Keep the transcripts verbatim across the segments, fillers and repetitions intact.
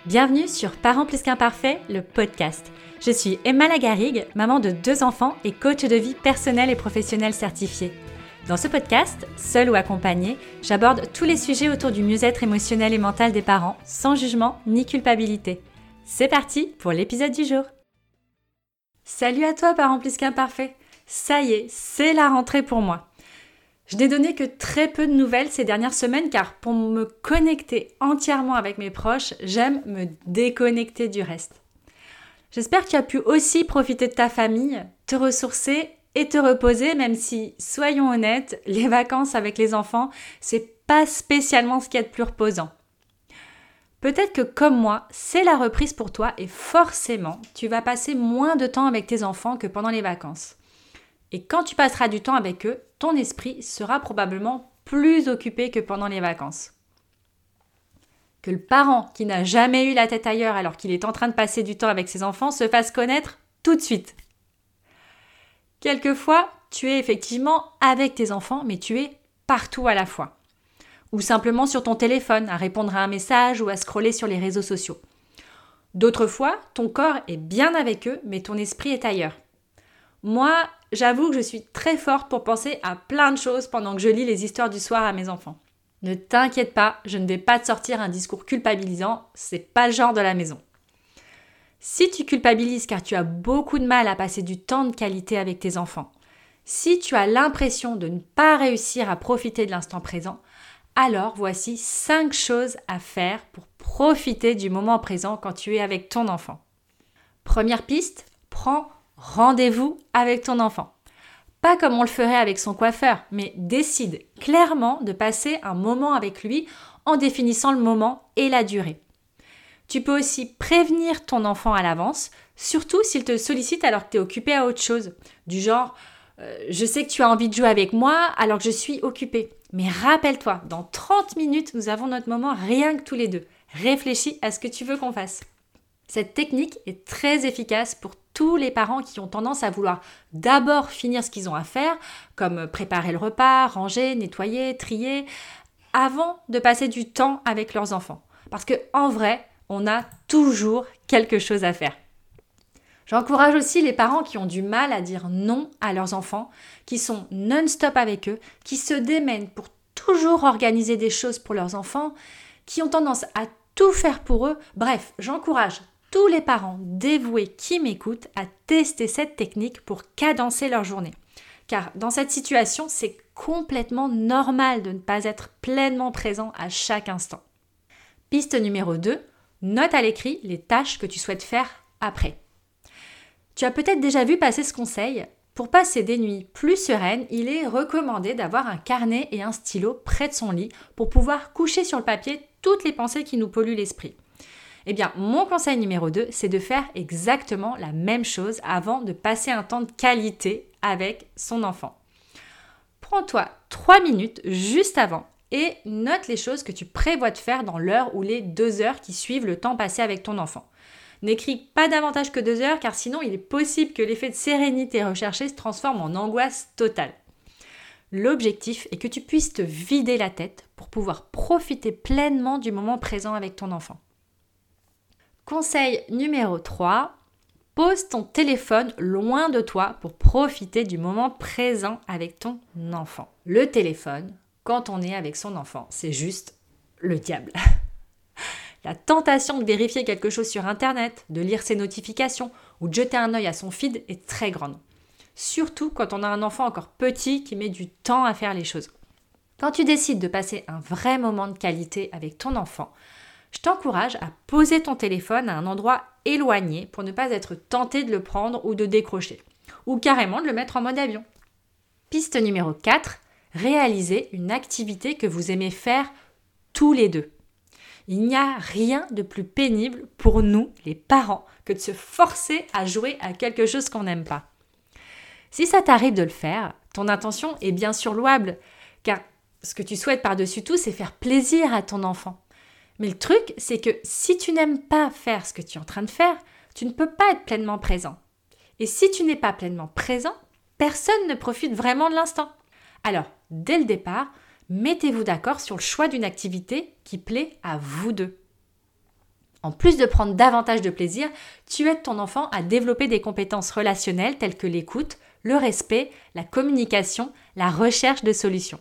Bienvenue sur Parents plus qu'imparfaits, le podcast. Je suis Emma Lagarigue, maman de deux enfants et coach de vie personnelle et professionnelle certifiée. Dans ce podcast, seule ou accompagnée, j'aborde tous les sujets autour du mieux-être émotionnel et mental des parents, sans jugement ni culpabilité. C'est parti pour l'épisode du jour. Salut à toi, parents plus qu'imparfaits. Ça y est, c'est la rentrée pour moi. Je n'ai donné que très peu de nouvelles ces dernières semaines car pour me connecter entièrement avec mes proches, j'aime me déconnecter du reste. J'espère que tu as pu aussi profiter de ta famille, te ressourcer et te reposer, même si, soyons honnêtes, les vacances avec les enfants, c'est pas spécialement ce qu'il y a de plus reposant. Peut-être que comme moi, c'est la reprise pour toi et forcément, tu vas passer moins de temps avec tes enfants que pendant les vacances. Et quand tu passeras du temps avec eux, ton esprit sera probablement plus occupé que pendant les vacances. Que le parent qui n'a jamais eu la tête ailleurs alors qu'il est en train de passer du temps avec ses enfants se fasse connaître tout de suite. Quelquefois, tu es effectivement avec tes enfants, mais tu es partout à la fois. Ou simplement sur ton téléphone, à répondre à un message ou à scroller sur les réseaux sociaux. D'autres fois, ton corps est bien avec eux, mais ton esprit est ailleurs. Moi, j'avoue que je suis très forte pour penser à plein de choses pendant que je lis les histoires du soir à mes enfants. Ne t'inquiète pas, je ne vais pas te sortir un discours culpabilisant, c'est pas le genre de la maison. Si tu culpabilises car tu as beaucoup de mal à passer du temps de qualité avec tes enfants, si tu as l'impression de ne pas réussir à profiter de l'instant présent, alors voici cinq choses à faire pour profiter du moment présent quand tu es avec ton enfant. Première piste, prends rendez-vous avec ton enfant. Pas comme on le ferait avec son coiffeur, mais décide clairement de passer un moment avec lui en définissant le moment et la durée. Tu peux aussi prévenir ton enfant à l'avance, surtout s'il te sollicite alors que tu es occupé à autre chose. Du genre, euh, je sais que tu as envie de jouer avec moi alors que je suis occupée. Mais rappelle-toi, dans trente minutes, nous avons notre moment rien que tous les deux. Réfléchis à ce que tu veux qu'on fasse. Cette technique est très efficace pour tous les parents qui ont tendance à vouloir d'abord finir ce qu'ils ont à faire, comme préparer le repas, ranger, nettoyer, trier, avant de passer du temps avec leurs enfants. Parce qu'en vrai, on a toujours quelque chose à faire. J'encourage aussi les parents qui ont du mal à dire non à leurs enfants, qui sont non-stop avec eux, qui se démènent pour toujours organiser des choses pour leurs enfants, qui ont tendance à tout faire pour eux. Bref, j'encourage tous les parents dévoués qui m'écoutent à tester cette technique pour cadencer leur journée. Car dans cette situation, c'est complètement normal de ne pas être pleinement présent à chaque instant. Piste numéro deux, note à l'écrit les tâches que tu souhaites faire après. Tu as peut-être déjà vu passer ce conseil. Pour passer des nuits plus sereines, il est recommandé d'avoir un carnet et un stylo près de son lit pour pouvoir coucher sur le papier toutes les pensées qui nous polluent l'esprit. Eh bien, mon conseil numéro deux, c'est de faire exactement la même chose avant de passer un temps de qualité avec son enfant. Prends-toi trois minutes juste avant et note les choses que tu prévois de faire dans l'heure ou les deux heures qui suivent le temps passé avec ton enfant. N'écris pas davantage que deux heures car sinon il est possible que l'effet de sérénité recherché se transforme en angoisse totale. L'objectif est que tu puisses te vider la tête pour pouvoir profiter pleinement du moment présent avec ton enfant. Conseil numéro trois, pose ton téléphone loin de toi pour profiter du moment présent avec ton enfant. Le téléphone, quand on est avec son enfant, c'est juste le diable. La tentation de vérifier quelque chose sur Internet, de lire ses notifications ou de jeter un œil à son feed est très grande. Surtout quand on a un enfant encore petit qui met du temps à faire les choses. Quand tu décides de passer un vrai moment de qualité avec ton enfant, je t'encourage à poser ton téléphone à un endroit éloigné pour ne pas être tenté de le prendre ou de décrocher, ou carrément de le mettre en mode avion. Piste numéro quatre, réaliser une activité que vous aimez faire tous les deux. Il n'y a rien de plus pénible pour nous, les parents, que de se forcer à jouer à quelque chose qu'on n'aime pas. Si ça t'arrive de le faire, ton intention est bien sûr louable, car ce que tu souhaites par-dessus tout, c'est faire plaisir à ton enfant. Mais le truc, c'est que si tu n'aimes pas faire ce que tu es en train de faire, tu ne peux pas être pleinement présent. Et si tu n'es pas pleinement présent, personne ne profite vraiment de l'instant. Alors, dès le départ, mettez-vous d'accord sur le choix d'une activité qui plaît à vous deux. En plus de prendre davantage de plaisir, tu aides ton enfant à développer des compétences relationnelles telles que l'écoute, le respect, la communication, la recherche de solutions.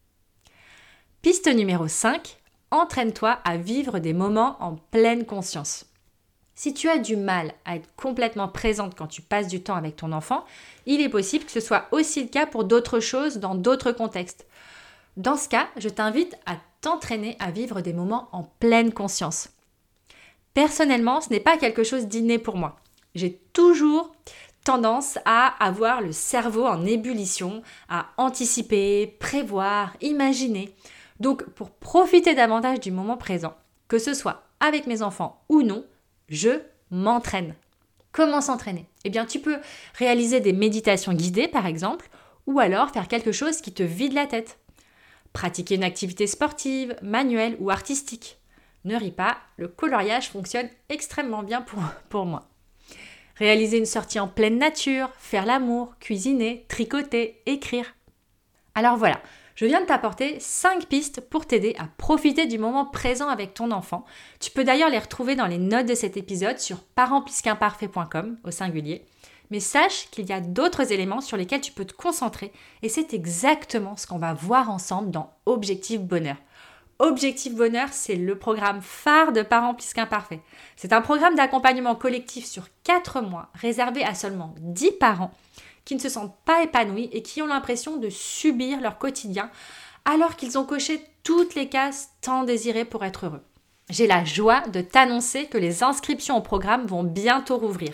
Piste numéro cinq, entraîne-toi à vivre des moments en pleine conscience. Si tu as du mal à être complètement présente quand tu passes du temps avec ton enfant, il est possible que ce soit aussi le cas pour d'autres choses dans d'autres contextes. Dans ce cas, je t'invite à t'entraîner à vivre des moments en pleine conscience. Personnellement, ce n'est pas quelque chose d'inné pour moi. J'ai toujours tendance à avoir le cerveau en ébullition, à anticiper, prévoir, imaginer. Donc, pour profiter davantage du moment présent, que ce soit avec mes enfants ou non, je m'entraîne. Comment s'entraîner ? Eh bien, tu peux réaliser des méditations guidées, par exemple, ou alors faire quelque chose qui te vide la tête. Pratiquer une activité sportive, manuelle ou artistique. Ne ris pas, le coloriage fonctionne extrêmement bien pour, pour moi. Réaliser une sortie en pleine nature, faire l'amour, cuisiner, tricoter, écrire. Alors voilà, je viens de t'apporter cinq pistes pour t'aider à profiter du moment présent avec ton enfant. Tu peux d'ailleurs les retrouver dans les notes de cet épisode sur parents plus qu'imparfaits point com au singulier. Mais sache qu'il y a d'autres éléments sur lesquels tu peux te concentrer et c'est exactement ce qu'on va voir ensemble dans Objectif Bonheur. Objectif Bonheur, c'est le programme phare de Parents plus qu'imparfaits. C'est un programme d'accompagnement collectif sur quatre mois réservé à seulement dix parents qui ne se sentent pas épanouis et qui ont l'impression de subir leur quotidien alors qu'ils ont coché toutes les cases tant désirées pour être heureux. J'ai la joie de t'annoncer que les inscriptions au programme vont bientôt rouvrir.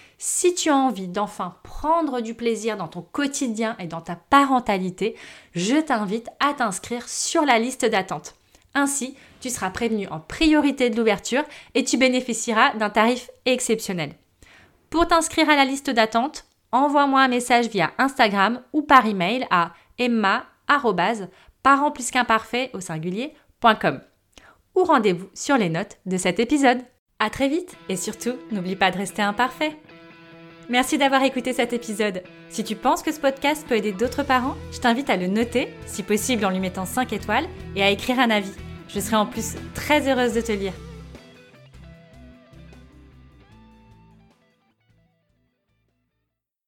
Si tu as envie d'enfin prendre du plaisir dans ton quotidien et dans ta parentalité, je t'invite à t'inscrire sur la liste d'attente. Ainsi, tu seras prévenu en priorité de l'ouverture et tu bénéficieras d'un tarif exceptionnel. Pour t'inscrire à la liste d'attente, envoie-moi un message via Instagram ou par email à emma arobase parents plus qu'imparfaits au singulier point com ou rendez-vous sur les notes de cet épisode. À très vite et surtout, n'oublie pas de rester imparfait. Merci d'avoir écouté cet épisode. Si tu penses que ce podcast peut aider d'autres parents, je t'invite à le noter, si possible en lui mettant cinq étoiles, et à écrire un avis. Je serai en plus très heureuse de te lire.